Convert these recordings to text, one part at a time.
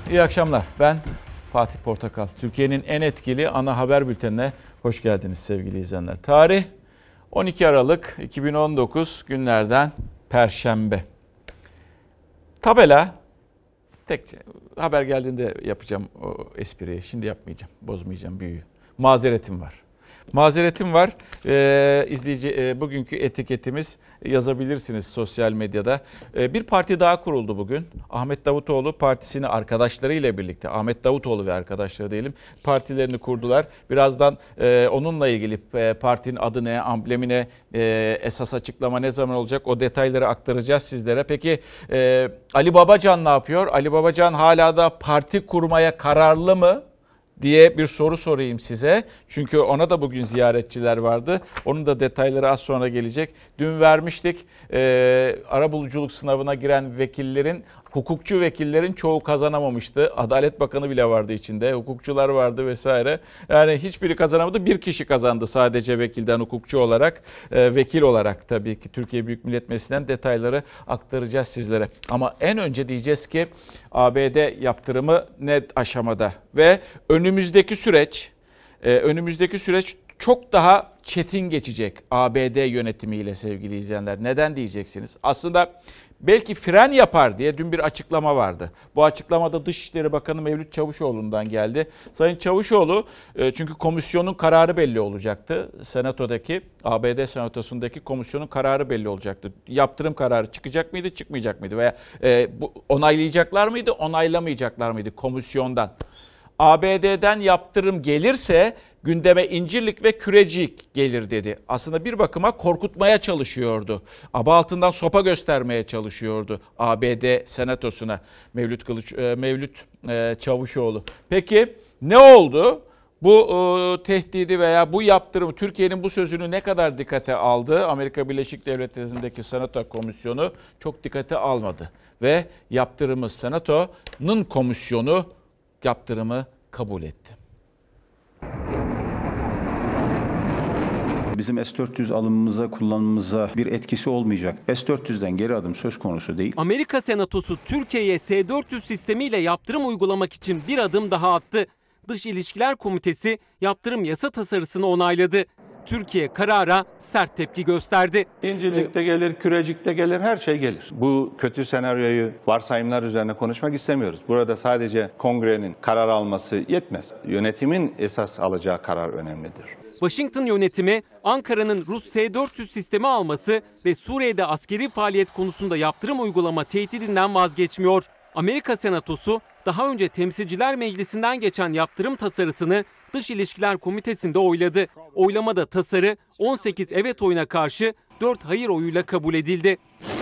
İyi akşamlar. Ben Fatih Portakal. Türkiye'nin en etkili ana haber bültenine hoş geldiniz sevgili izleyenler. Tarih 12 Aralık 2019 günlerden Perşembe. Tabela, tek haber geldiğinde yapacağım o espriyi. Şimdi yapmayacağım, bozmayacağım büyüyü. Mazeretim var. Mazeretim var. Bugünkü etiketimiz yazabilirsiniz sosyal medyada. Bir parti daha kuruldu bugün. Ahmet Davutoğlu partisini arkadaşlarıyla birlikte, Ahmet Davutoğlu ve arkadaşları diyelim, partilerini kurdular. Birazdan onunla ilgili partinin adı ne, amblemi ne, esas açıklama ne zaman olacak, o detayları aktaracağız sizlere. Peki Ali Babacan ne yapıyor? Ali Babacan hala da parti kurmaya kararlı mı diye bir soru sorayım size. Çünkü ona da bugün ziyaretçiler vardı. Onun da detayları az sonra gelecek. Dün vermiştik. Arabuluculuk sınavına giren vekillerin, hukukçu vekillerin çoğu kazanamamıştı. Adalet Bakanı bile vardı içinde. Hukukçular vardı vesaire. Yani hiçbiri kazanamadı. Bir kişi kazandı sadece vekilden, hukukçu olarak. Vekil olarak tabii ki Türkiye Büyük Millet Meclisi'nden detayları aktaracağız sizlere. Ama en önce diyeceğiz ki ABD yaptırımı ne aşamada ve önümüzdeki süreç çok daha çetin geçecek ABD yönetimiyle sevgili izleyenler. Neden diyeceksiniz? Aslında belki fren yapar diye dün bir açıklama vardı. Bu açıklamada Dışişleri Bakanı Mevlüt Çavuşoğlu'ndan geldi. Sayın Çavuşoğlu, çünkü komisyonun kararı belli olacaktı. Senato'daki, ABD Senatosu'ndaki komisyonun kararı belli olacaktı. Yaptırım kararı çıkacak mıydı, çıkmayacak mıydı? Veya onaylayacaklar mıydı, onaylamayacaklar mıydı komisyondan? ABD'den yaptırım gelirse gündeme İncirlik ve Kürecik gelir dedi. Aslında bir bakıma korkutmaya çalışıyordu. Aba altından sopa göstermeye çalışıyordu ABD Senatosu'na Mevlüt Çavuşoğlu. Peki ne oldu? Bu tehdidi veya bu yaptırımı, Türkiye'nin bu sözünü ne kadar dikkate aldı? Amerika Birleşik Devletleri'ndeki Senato Komisyonu çok dikkate almadı. Ve yaptırımı, Senato'nun komisyonu yaptırımı kabul etti. Bizim S-400 alımımıza, kullanımımıza bir etkisi olmayacak. S-400'den geri adım söz konusu değil. Amerika Senatosu Türkiye'ye S-400 sistemiyle yaptırım uygulamak için bir adım daha attı. Dış İlişkiler Komitesi yaptırım yasa tasarısını onayladı. Türkiye karara sert tepki gösterdi. İncirlik'te gelir, Kürecik'te gelir, her şey gelir. Bu kötü senaryoyu, varsayımlar üzerine konuşmak istemiyoruz. Burada sadece Kongre'nin karar alması yetmez. Yönetimin esas alacağı karar önemlidir. Washington yönetimi Ankara'nın Rus S-400 sistemi alması ve Suriye'de askeri faaliyet konusunda yaptırım uygulama tehdidinden vazgeçmiyor. Amerika Senatosu daha önce Temsilciler Meclisi'nden geçen yaptırım tasarısını Dış İlişkiler Komitesi'nde oyladı. Oylamada tasarı 18 evet oyuna karşı 4 hayır oyuyla kabul edildi.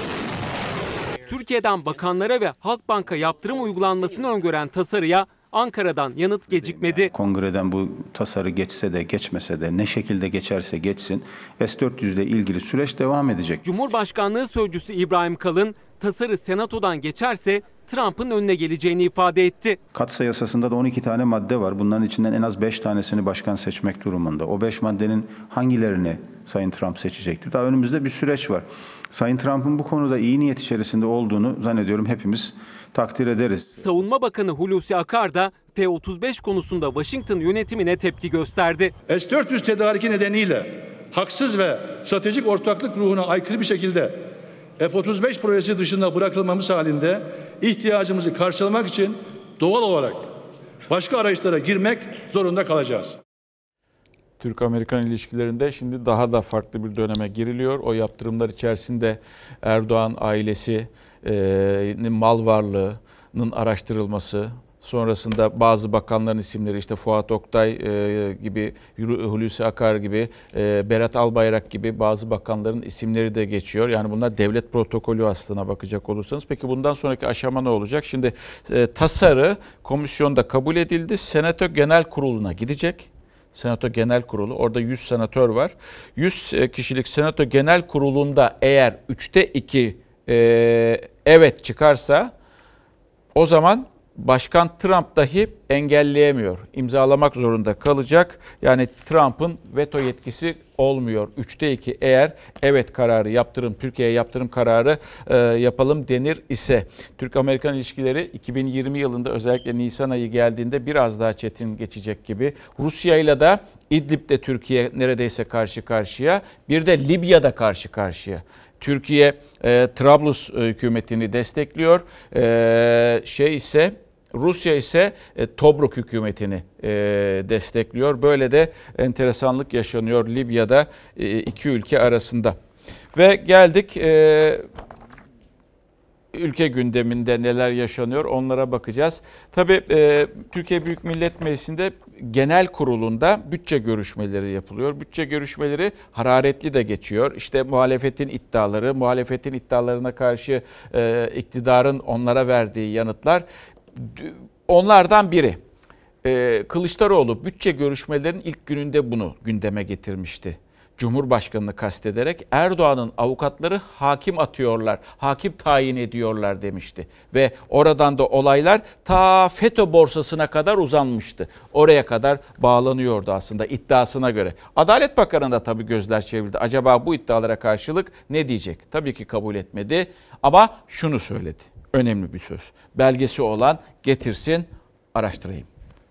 Türkiye'den bakanlara ve Halkbank'a yaptırım uygulanmasını öngören tasarıya Ankara'dan yanıt gecikmedi. Kongreden bu tasarı geçse de geçmese de ne şekilde geçerse geçsin S-400 ile ilgili süreç devam edecek. Cumhurbaşkanlığı Sözcüsü İbrahim Kalın tasarı Senato'dan geçerse Trump'ın önüne geleceğini ifade etti. Katsa yasasında da 12 tane madde var. Bunların içinden en az 5 tanesini başkan seçmek durumunda. O 5 maddenin hangilerini Sayın Trump seçecektir? Daha önümüzde bir süreç var. Sayın Trump'ın bu konuda iyi niyet içerisinde olduğunu zannediyorum hepimiz takdir ederiz. Savunma Bakanı Hulusi Akar da F-35 konusunda Washington yönetimine tepki gösterdi. S-400 tedariki nedeniyle haksız ve stratejik ortaklık ruhuna aykırı bir şekilde F-35 projesi dışında bırakılmamız halinde ihtiyacımızı karşılamak için doğal olarak başka arayışlara girmek zorunda kalacağız. Türk-Amerikan ilişkilerinde şimdi daha da farklı bir döneme giriliyor. O yaptırımlar içerisinde Erdoğan ailesinin mal varlığının araştırılması, sonrasında bazı bakanların isimleri, işte Fuat Oktay gibi, Hulusi Akar gibi, Berat Albayrak gibi bazı bakanların isimleri de geçiyor. Yani bunlar devlet protokolü aslına bakacak olursanız. Peki bundan sonraki aşama ne olacak? Şimdi tasarı komisyonda kabul edildi. Senato Genel Kurulu'na gidecek. Senato Genel Kurulu, orada 100 senatör var. 100 kişilik Senato Genel Kurulu'nda eğer 3'te 2 evet çıkarsa o zaman Başkan Trump dahi engelleyemiyor. İmzalamak zorunda kalacak. Yani Trump'ın veto yetkisi olmuyor. 3'te 2 eğer evet kararı yaptırım, Türkiye'ye yaptırım kararı yapalım denir ise. Türk-Amerikan ilişkileri 2020 yılında özellikle Nisan ayı geldiğinde biraz daha çetin geçecek gibi. Rusya'yla da İdlib'de Türkiye neredeyse karşı karşıya. Bir de Libya'da karşı karşıya. Türkiye Trablus hükümetini destekliyor. Rusya ise Tobruk hükümetini destekliyor. Böyle de enteresanlık yaşanıyor Libya'da iki ülke arasında. Ve geldik ülke gündeminde neler yaşanıyor onlara bakacağız. Tabii Türkiye Büyük Millet Meclisi'nde genel kurulunda bütçe görüşmeleri yapılıyor. Bütçe görüşmeleri hararetli de geçiyor. İşte muhalefetin iddialarına karşı iktidarın onlara verdiği yanıtlar. Onlardan biri Kılıçdaroğlu bütçe görüşmelerinin ilk gününde bunu gündeme getirmişti. Cumhurbaşkanını kastederek Erdoğan'ın avukatları hakim atıyorlar, hakim tayin ediyorlar demişti. Ve oradan da olaylar ta FETÖ borsasına kadar uzanmıştı. Oraya kadar bağlanıyordu aslında iddiasına göre. Adalet Bakanı'nda tabii gözler çevrildi. Acaba bu iddialara karşılık ne diyecek? Tabii ki kabul etmedi ama şunu söyledi. Önemli bir söz. Belgesi olan getirsin, araştırayım.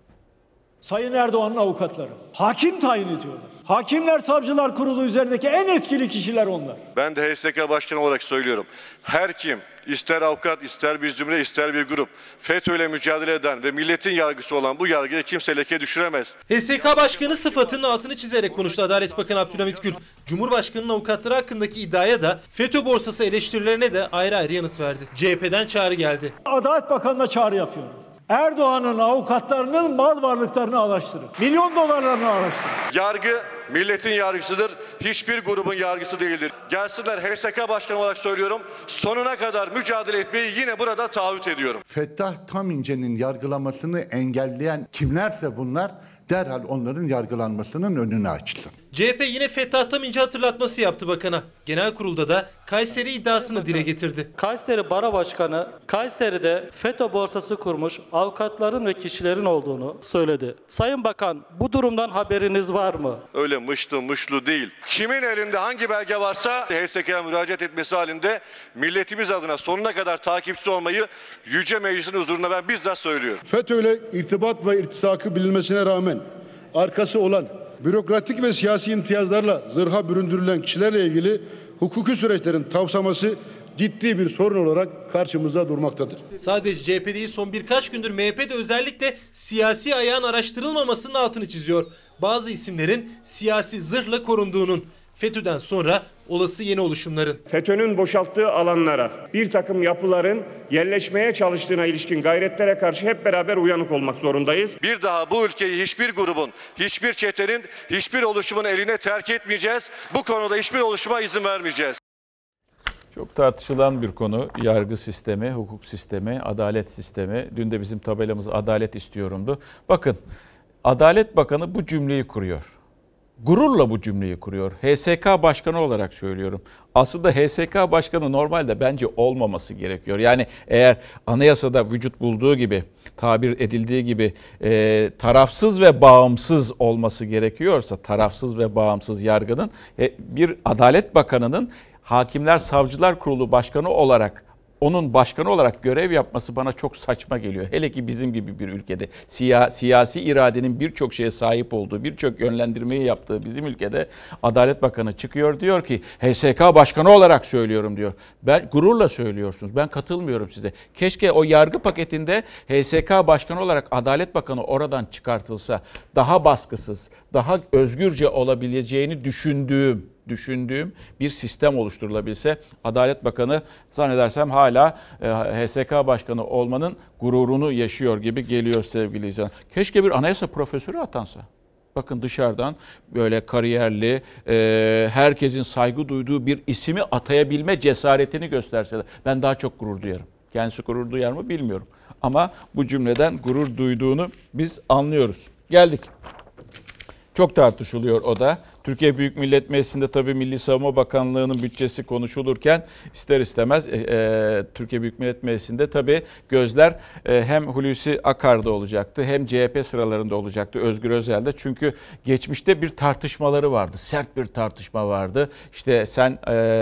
Sayın Erdoğan'ın avukatları hakim tayin ediyorlar. Hakimler Savcılar Kurulu üzerindeki en etkili kişiler onlar. Ben de HSK Başkanı olarak söylüyorum. Her kim, ister avukat, ister bir zümre, ister bir grup FETÖ'yle mücadele eden ve milletin yargısı olan bu yargıya kimse leke düşüremez. HSK Başkanı sıfatının altını çizerek konuştu Adalet Bakanı Abdülhamit Gül. Cumhurbaşkanı'nın avukatları hakkındaki iddiaya da FETÖ borsası eleştirilerine de ayrı ayrı yanıt verdi. CHP'den çağrı geldi. Adalet Bakanı'na çağrı yapıyorum. Erdoğan'ın avukatlarının mal varlıklarını araştırın. Milyon dolarlarını araştırın. Yargı milletin yargısıdır. Hiçbir grubun yargısı değildir. Gelsinler, HSK Başkanı olarak söylüyorum. Sonuna kadar mücadele etmeyi yine burada taahhüt ediyorum. Fettah Tamince'nin yargılamasını engelleyen kimlerse bunlar derhal onların yargılanmasının önünü açılır. CHP yine Fettah Taminci hatırlatması yaptı bakana. Genel kurulda da Kayseri iddiasını dile getirdi. Kayseri Baro Başkanı Kayseri'de FETÖ borsası kurmuş avukatların ve kişilerin olduğunu söyledi. Sayın Bakan, bu durumdan haberiniz var mı? Öyle mışlı değil. Kimin elinde hangi belge varsa HSK'ya müracaat etmesi halinde milletimiz adına sonuna kadar takipçi olmayı Yüce Meclis'in huzuruna ben bizzat söylüyorum. FETÖ'yle irtibat ve irtisakı bilinmesine rağmen arkası olan bürokratik ve siyasi imtiyazlarla zırha büründürülen kişilerle ilgili hukuki süreçlerin tavsaması ciddi bir sorun olarak karşımıza durmaktadır. Sadece CHP değil, son birkaç gündür MHP'de özellikle siyasi ayağın araştırılmamasının altını çiziyor. Bazı isimlerin siyasi zırhla korunduğunun, FETÖ'den sonra olası yeni oluşumların. FETÖ'nün boşalttığı alanlara bir takım yapıların yerleşmeye çalıştığına ilişkin gayretlere karşı hep beraber uyanık olmak zorundayız. Bir daha bu ülkeyi hiçbir grubun, hiçbir çetenin, hiçbir oluşumun eline terk etmeyeceğiz. Bu konuda hiçbir oluşuma izin vermeyeceğiz. Çok tartışılan bir konu yargı sistemi, hukuk sistemi, adalet sistemi. Dün de bizim tabelamız adalet istiyorumdu. Bakın Adalet Bakanı bu cümleyi kuruyor. Gururla bu cümleyi kuruyor. HSK Başkanı olarak söylüyorum. Aslında HSK Başkanı normalde bence olmaması gerekiyor. Yani eğer anayasada vücut bulduğu gibi, tabir edildiği gibi tarafsız ve bağımsız olması gerekiyorsa, tarafsız ve bağımsız yargının bir Adalet Bakanı'nın Hakimler Savcılar Kurulu Başkanı olarak, onun başkanı olarak görev yapması bana çok saçma geliyor. Hele ki bizim gibi bir ülkede siyasi iradenin birçok şeye sahip olduğu, birçok yönlendirmeyi yaptığı bizim ülkede Adalet Bakanı çıkıyor diyor ki HSK Başkanı olarak söylüyorum diyor. Ben gururla söylüyorsunuz. Ben katılmıyorum size. Keşke o yargı paketinde HSK Başkanı olarak Adalet Bakanı oradan çıkartılsa, daha baskısız, daha özgürce olabileceğini düşündüğüm bir sistem oluşturulabilse, Adalet Bakanı zannedersem hala HSK Başkanı olmanın gururunu yaşıyor gibi geliyor sevgili izleyenler. Keşke bir anayasa profesörü atansa. Bakın dışarıdan böyle kariyerli, herkesin saygı duyduğu bir ismi atayabilme cesaretini gösterseler. Ben daha çok gurur duyarım. Kendisi gurur duyar mı bilmiyorum. Ama bu cümleden gurur duyduğunu biz anlıyoruz. Geldik. Çok tartışılıyor o da. Türkiye Büyük Millet Meclisi'nde tabii Milli Savunma Bakanlığı'nın bütçesi konuşulurken ister istemez Türkiye Büyük Millet Meclisi'nde tabii gözler hem Hulusi Akar'da olacaktı hem CHP sıralarında olacaktı, Özgür Özel'de. Çünkü geçmişte bir tartışmaları vardı, sert bir tartışma vardı. İşte sen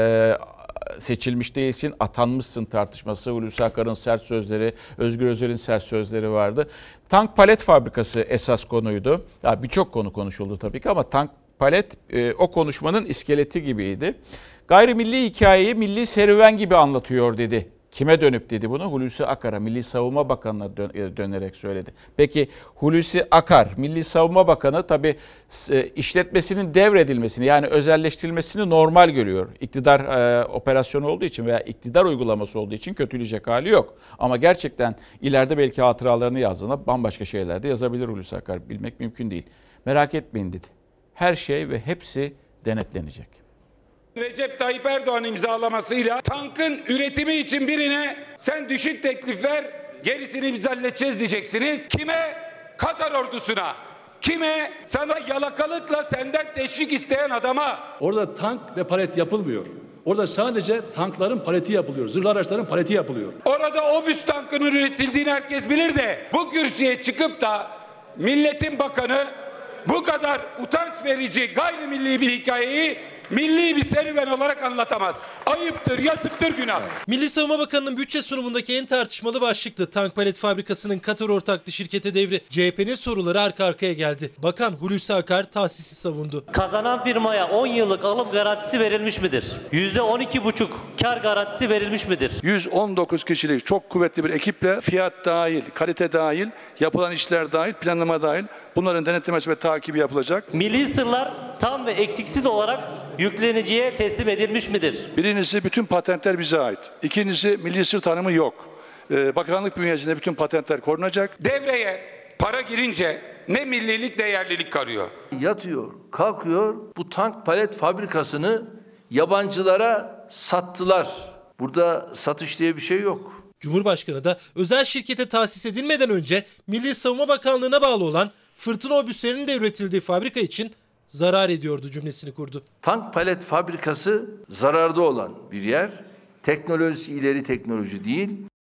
seçilmiş değilsin, atanmışsın tartışması, Hulusi Akar'ın sert sözleri, Özgür Özel'in sert sözleri vardı. Tank palet fabrikası esas konuydu. Ya birçok konu konuşuldu tabii ki ama tank palet o konuşmanın iskeleti gibiydi. Gayrimilli hikayeyi milli serüven gibi anlatıyor dedi. Kime dönüp dedi bunu? Hulusi Akar'a, Milli Savunma Bakanı'na dönerek söyledi. Peki Hulusi Akar, Milli Savunma Bakanı tabii işletmesinin devredilmesini yani özelleştirilmesini normal görüyor. İktidar operasyonu olduğu için veya iktidar uygulaması olduğu için kötüleyecek hali yok. Ama gerçekten ileride belki hatıralarını yazdığında bambaşka şeyler de yazabilir Hulusi Akar. Bilmek mümkün değil. Merak etmeyin dedi. Her şey ve hepsi denetlenecek. Recep Tayyip Erdoğan imzalamasıyla tankın üretimi için birine sen düşük teklif ver, gerisini biz halledeceğiz diyeceksiniz. Kime? Katar ordusuna. Kime? Sana yalakalıkla senden teşvik isteyen adama. Orada tank ve palet yapılmıyor. Orada sadece tankların paleti yapılıyor. Zırhlı araçların paleti yapılıyor. Orada obüs tankının üretildiğini herkes bilir de bu kürsüye çıkıp da milletin bakanı bu kadar utanç verici gayrimilli bir hikayeyi milli bir serüven olarak anlatamaz. Ayıptır, yazıktır, günah. Milli Savunma Bakanı'nın bütçe sunumundaki en tartışmalı başlıktı tank palet fabrikasının Katar ortaklı şirkete devri. CHP'nin soruları arka arkaya geldi. Bakan Hulusi Akar tahsisi savundu. Kazanan firmaya 10 yıllık alım garantisi verilmiş midir? %12,5 kar garantisi verilmiş midir? 119 kişilik çok kuvvetli bir ekiple fiyat dahil, kalite dahil, yapılan işler dahil, planlama dahil bunların denetlemesi ve takibi yapılacak. Milli sırlar tam ve eksiksiz olarak yükleniciye teslim edilmiş midir? Birincisi bütün patentler bize ait. İkincisi milli sır tanımı yok. Bakanlık bünyesinde bütün patentler korunacak. Devreye para girince ne millilik ne yerlilik kalıyor. Yatıyor, kalkıyor. Bu tank palet fabrikasını yabancılara sattılar. Burada satış diye bir şey yok. Cumhurbaşkanı da özel şirkete tahsis edilmeden önce Milli Savunma Bakanlığı'na bağlı olan fırtına obüslerinin de üretildiği fabrika için zarar ediyordu cümlesini kurdu. Tank palet fabrikası zararda olan bir yer. Teknolojisi ileri teknoloji değil.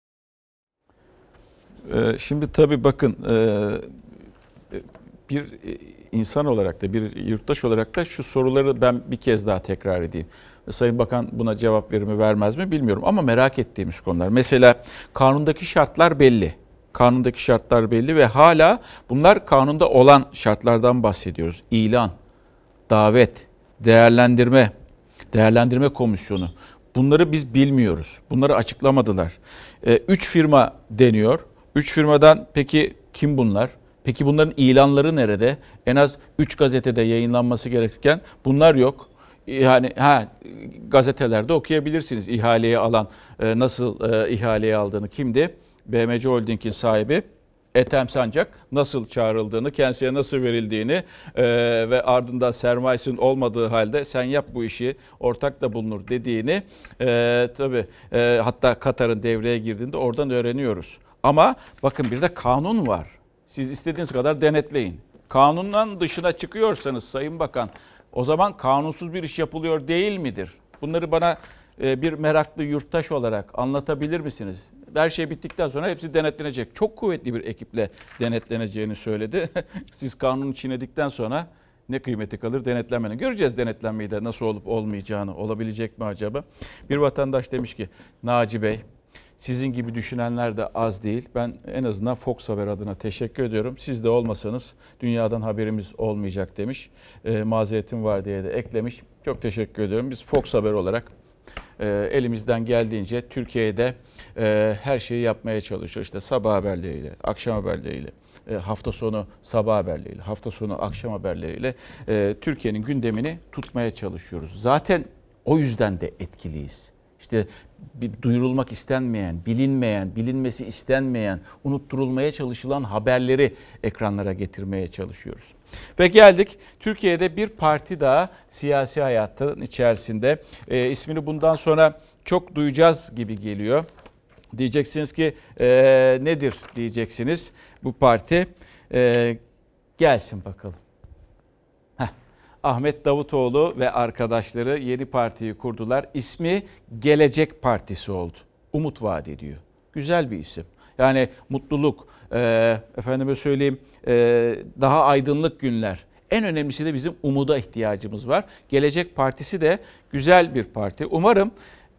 Şimdi tabii bakın bir insan olarak da bir yurttaş olarak da şu soruları ben bir kez daha tekrar edeyim. Sayın Bakan buna cevap verir mi vermez mi bilmiyorum ama merak ettiğimiz konular. Mesela kanundaki şartlar belli. Kanundaki şartlar belli ve hala bunlar kanunda olan şartlardan bahsediyoruz. İlan, davet, değerlendirme komisyonu. Bunları biz bilmiyoruz. Bunları açıklamadılar. 3 firma deniyor. 3 firmadan peki kim bunlar? Peki bunların ilanları nerede? En az 3 gazetede yayınlanması gerekirken bunlar yok. Yani gazetelerde okuyabilirsiniz ihaleyi alan, nasıl ihaleyi aldığını, kimdi? BMC Holding'in sahibi Ethem Sancak nasıl çağrıldığını, kendisine nasıl verildiğini ve ardından sermayesinin olmadığı halde sen yap bu işi, ortak da bulunur dediğini tabii hatta Katar'ın devreye girdiğinde oradan öğreniyoruz. Ama bakın bir de kanun var. Siz istediğiniz kadar denetleyin. Kanundan dışına çıkıyorsanız Sayın Bakan o zaman kanunsuz bir iş yapılıyor değil midir? Bunları bana bir meraklı yurttaş olarak anlatabilir misiniz? Her şey bittikten sonra hepsi denetlenecek. Çok kuvvetli bir ekiple denetleneceğini söyledi. Siz kanunu çiğnedikten sonra ne kıymeti kalır denetlenmenin? Göreceğiz denetlenmeyi de nasıl olup olmayacağını. Olabilecek mi acaba? Bir vatandaş demiş ki Naci Bey, sizin gibi düşünenler de az değil. Ben en azından Fox Haber adına teşekkür ediyorum. Siz de olmasanız dünyadan haberimiz olmayacak demiş. Mazeretim var diye de eklemiş. Çok teşekkür ediyorum. Biz Fox Haber olarak elimizden geldiğince Türkiye'de her şeyi yapmaya çalışıyoruz. İşte sabah haberleriyle, akşam haberleriyle, hafta sonu sabah haberleriyle, hafta sonu akşam haberleriyle Türkiye'nin gündemini tutmaya çalışıyoruz. Zaten o yüzden de etkiliyiz. İşte duyurulmak istenmeyen, bilinmeyen, bilinmesi istenmeyen, unutturulmaya çalışılan haberleri ekranlara getirmeye çalışıyoruz. Ve geldik Türkiye'de bir parti daha siyasi hayatın içerisinde. İsmini bundan sonra çok duyacağız gibi geliyor. Diyeceksiniz ki nedir diyeceksiniz bu parti. Gelsin bakalım. Ahmet Davutoğlu ve arkadaşları yeni partiyi kurdular. İsmi Gelecek Partisi oldu. Umut vaat ediyor. Güzel bir isim. Yani mutluluk, efendime söyleyeyim daha aydınlık günler. En önemlisi de bizim umuda ihtiyacımız var. Gelecek Partisi de güzel bir parti. Umarım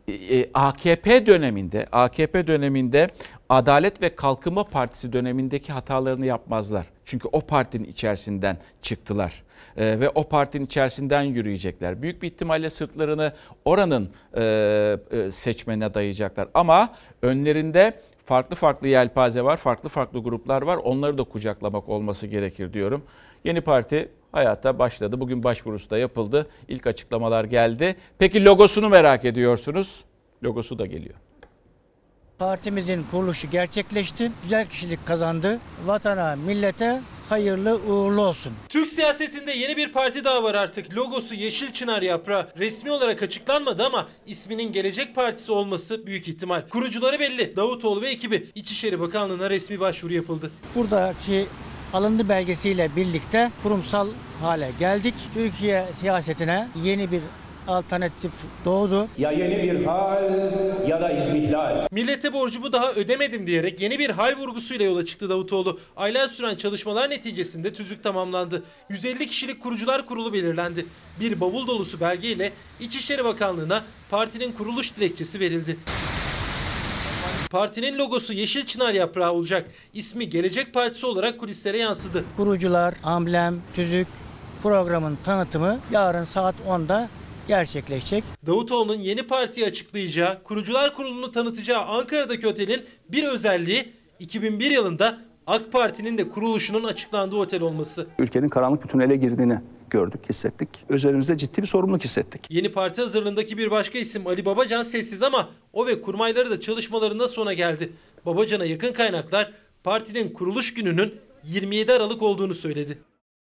AKP döneminde Adalet ve Kalkınma Partisi dönemindeki hatalarını yapmazlar. Çünkü o partinin içerisinden çıktılar ve o partinin içerisinden yürüyecekler. Büyük bir ihtimalle sırtlarını oranın seçmenine dayayacaklar. Ama önlerinde farklı yelpaze var, farklı gruplar var. Onları da kucaklamak olması gerekir diyorum. Yeni parti hayata başladı. Bugün başvurusu da yapıldı. İlk açıklamalar geldi. Peki logosunu merak ediyorsunuz. Logosu da geliyor. Partimizin kuruluşu gerçekleşti. Güzel kişilik kazandı. Vatana, millete hayırlı uğurlu olsun. Türk siyasetinde yeni bir parti daha var artık. Logosu yeşil çınar yaprağı. Resmi olarak açıklanmadı ama isminin Gelecek Partisi olması büyük ihtimal. Kurucuları belli. Davutoğlu ve ekibi. İçişleri Bakanlığı'na resmi başvuru yapıldı. Buradaki alındı belgesiyle birlikte kurumsal hale geldik. Türkiye siyasetine yeni bir alternatif doğdu. Ya yeni bir hal ya da izmihlal. Millete borcumu daha ödemedim diyerek yeni bir hal vurgusuyla yola çıktı Davutoğlu. Aylar süren çalışmalar neticesinde tüzük tamamlandı. 150 kişilik kurucular kurulu belirlendi. Bir bavul dolusu belgeyle İçişleri Bakanlığı'na partinin kuruluş dilekçesi verildi. Partinin logosu yeşil çınar yaprağı olacak. İsmi Gelecek Partisi olarak kulislere yansıdı. Kurucular, amblem, tüzük, programın tanıtımı yarın saat 10'da gerçekleşecek. Davutoğlu'nun yeni partiyi açıklayacağı, kurucular kurulunu tanıtacağı Ankara'daki otelin bir özelliği 2001 yılında AK Parti'nin de kuruluşunun açıklandığı otel olması. Ülkenin karanlık bir tünele girdiğini gördük, hissettik. Üzerimizde ciddi bir sorumluluk hissettik. Yeni parti hazırlığındaki bir başka isim Ali Babacan sessiz ama o ve kurmayları da çalışmalarında sona geldi. Babacan'a yakın kaynaklar partinin kuruluş gününün 27 Aralık olduğunu söyledi.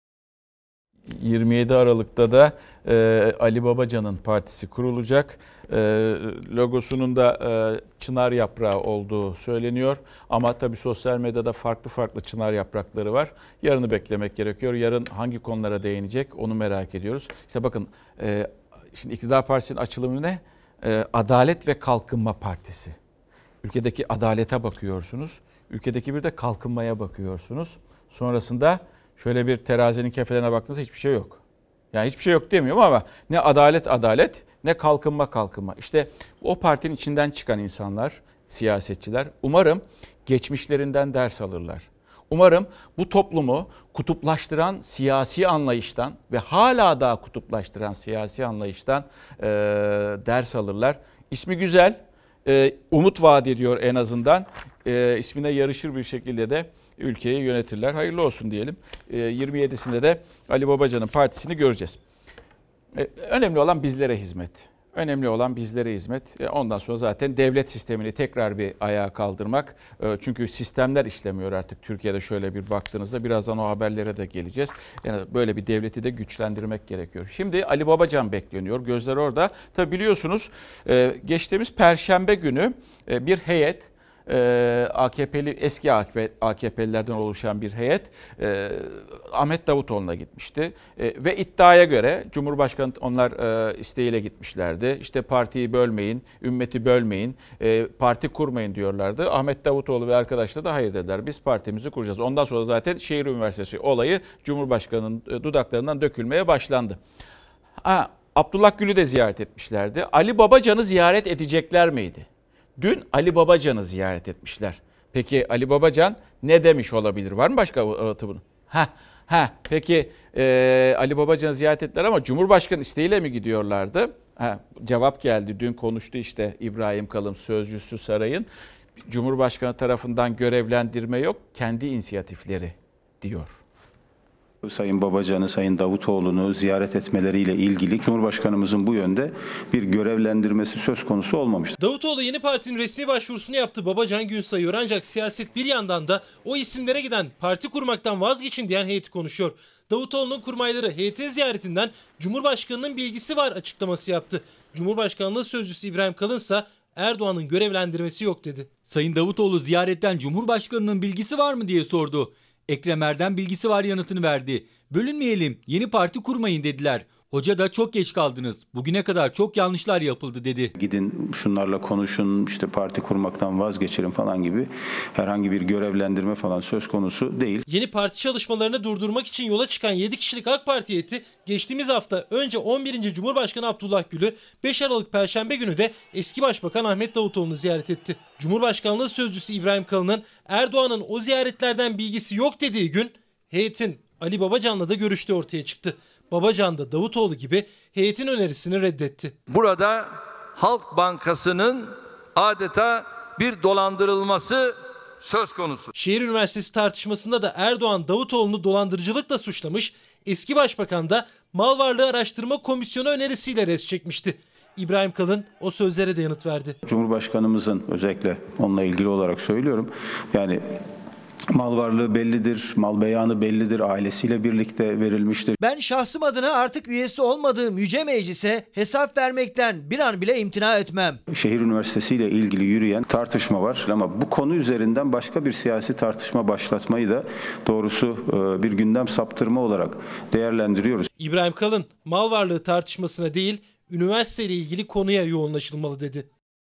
27 Aralık'ta da Ali Babacan'ın partisi kurulacak. Logosunun da çınar yaprağı olduğu söyleniyor. Ama tabii sosyal medyada farklı çınar yaprakları var. Yarını beklemek gerekiyor. Yarın hangi konulara değinecek onu merak ediyoruz. İşte bakın şimdi iktidar partisinin açılımı ne? Adalet ve Kalkınma Partisi. Ülkedeki adalete bakıyorsunuz. Ülkedeki bir de kalkınmaya bakıyorsunuz. Sonrasında şöyle bir terazinin kefelerine baktığınızda hiçbir şey yok. Yani hiçbir şey yok demiyorum ama ne adalet ne kalkınma. İşte o partinin içinden çıkan insanlar, siyasetçiler umarım geçmişlerinden ders alırlar. Umarım bu toplumu kutuplaştıran siyasi anlayıştan ve hala daha kutuplaştıran siyasi anlayıştan ders alırlar. İsmi güzel, umut vaat ediyor en azından. İsmine yarışır bir şekilde de ülkeyi yönetirler. Hayırlı olsun diyelim. 27'sinde de Ali Babacan'ın partisini göreceğiz. Önemli olan bizlere hizmet. Ondan sonra zaten devlet sistemini tekrar bir ayağa kaldırmak. Çünkü sistemler işlemiyor artık Türkiye'de şöyle bir baktığınızda. Birazdan o haberlere de geleceğiz. Yani böyle bir devleti de güçlendirmek gerekiyor. Şimdi Ali Babacan bekleniyor. Gözler orada. Tabii biliyorsunuz geçtiğimiz Perşembe günü bir heyet, eski AKP'lilerden oluşan bir heyet Ahmet Davutoğlu'na gitmişti. Ve iddiaya göre Cumhurbaşkanı onlar isteğiyle gitmişlerdi. İşte partiyi bölmeyin, ümmeti bölmeyin, parti kurmayın diyorlardı. Ahmet Davutoğlu ve arkadaşları da hayır dediler. Biz partimizi kuracağız. Ondan sonra zaten Şehir Üniversitesi olayı Cumhurbaşkanı'nın dudaklarından dökülmeye başlandı. Abdullah Gül'ü de ziyaret etmişlerdi. Ali Babacan'ı ziyaret edecekler miydi? Dün Ali Babacan'ı ziyaret etmişler. Peki Ali Babacan ne demiş olabilir? Var mı başka aratı bunu? Peki Ali Babacan'ı ziyaret ettiler ama Cumhurbaşkanı isteğiyle mi gidiyorlardı? Cevap geldi. Dün konuştu işte İbrahim Kalın, sözcüsü sarayın. Cumhurbaşkanı tarafından görevlendirme yok, kendi inisiyatifleri diyor. Sayın Babacan'ı, Sayın Davutoğlu'nu ziyaret etmeleriyle ilgili Cumhurbaşkanımızın bu yönde bir görevlendirmesi söz konusu olmamıştır. Davutoğlu yeni partinin resmi başvurusunu yaptı. Babacan gün sayıyor ancak siyaset bir yandan da o isimlere giden parti kurmaktan vazgeçin diyen heyeti konuşuyor. Davutoğlu'nun kurmayları heyetin ziyaretinden Cumhurbaşkanı'nın bilgisi var açıklaması yaptı. Cumhurbaşkanlığı sözcüsü İbrahim Kalın ise Erdoğan'ın görevlendirmesi yok dedi. Sayın Davutoğlu ziyaretten Cumhurbaşkanı'nın bilgisi var mı diye sordu. Ekrem Erdem bilgisi var yanıtını verdi. Bölünmeyelim, yeni parti kurmayın dediler. Hoca da çok geç kaldınız. Bugüne kadar çok yanlışlar yapıldı dedi. Gidin şunlarla konuşun, işte parti kurmaktan vazgeçelim falan gibi herhangi bir görevlendirme falan söz konusu değil. Yeni parti çalışmalarını durdurmak için yola çıkan 7 kişilik AK Parti heyeti geçtiğimiz hafta önce 11. Cumhurbaşkanı Abdullah Gül'ü 5 Aralık Perşembe günü de eski Başbakan Ahmet Davutoğlu'nu ziyaret etti. Cumhurbaşkanlığı Sözcüsü İbrahim Kalın'ın Erdoğan'ın o ziyaretlerden bilgisi yok dediği gün heyetin Ali Babacan'la da görüştüğü ortaya çıktı. Babacan da Davutoğlu gibi heyetin önerisini reddetti. Burada Halk Bankası'nın adeta bir dolandırılması söz konusu. Şehir Üniversitesi tartışmasında da Erdoğan Davutoğlu'nu dolandırıcılıkla suçlamış, eski başbakan da Mal Varlığı Araştırma Komisyonu önerisiyle res çekmişti. İbrahim Kalın o sözlere de yanıt verdi. Cumhurbaşkanımızın, özellikle onunla ilgili olarak söylüyorum, yani mal varlığı bellidir, mal beyanı bellidir, ailesiyle birlikte verilmiştir. Ben şahsım adına artık üyesi olmadığım Yüce Meclis'e hesap vermekten bir an bile imtina etmem. Şehir Üniversitesi ile ilgili yürüyen tartışma var ama bu konu üzerinden başka bir siyasi tartışma başlatmayı da doğrusu bir gündem saptırma olarak değerlendiriyoruz. İbrahim Kalın, mal varlığı tartışmasına değil, üniversiteyle ilgili konuya yoğunlaşılmalı dedi.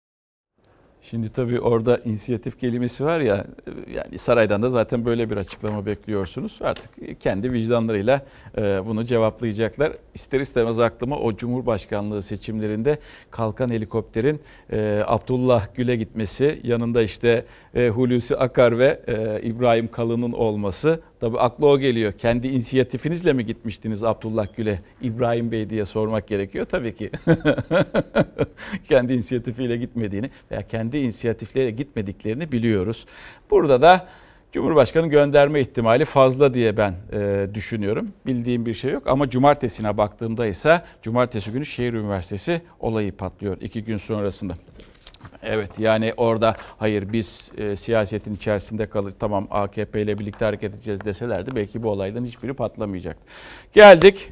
Şimdi tabii orada inisiyatif kelimesi var ya, yani saraydan da zaten böyle bir açıklama bekliyorsunuz. Artık kendi vicdanlarıyla bunu cevaplayacaklar. İster istemez aklıma o Cumhurbaşkanlığı seçimlerinde kalkan helikopterin Abdullah Gül'e gitmesi, yanında işte Hulusi Akar ve İbrahim Kalın'ın olması. Tabii akla o geliyor. Kendi inisiyatifinizle mi gitmiştiniz Abdullah Gül'e, İbrahim Bey diye sormak gerekiyor tabii ki. Kendi inisiyatifiyle gitmediğini veya kendi inisiyatifleriyle gitmediklerini biliyoruz. Burada da Cumhurbaşkanı gönderme ihtimali fazla diye ben düşünüyorum. Bildiğim bir şey yok ama cumartesine baktığımda ise cumartesi günü Şehir Üniversitesi olayı patlıyor 2 gün sonrasında. Evet, yani orada hayır biz siyasetin içerisinde kalır, tamam AKP ile birlikte hareket edeceğiz deselerdi belki bu olaydan hiçbiri patlamayacaktı. Geldik.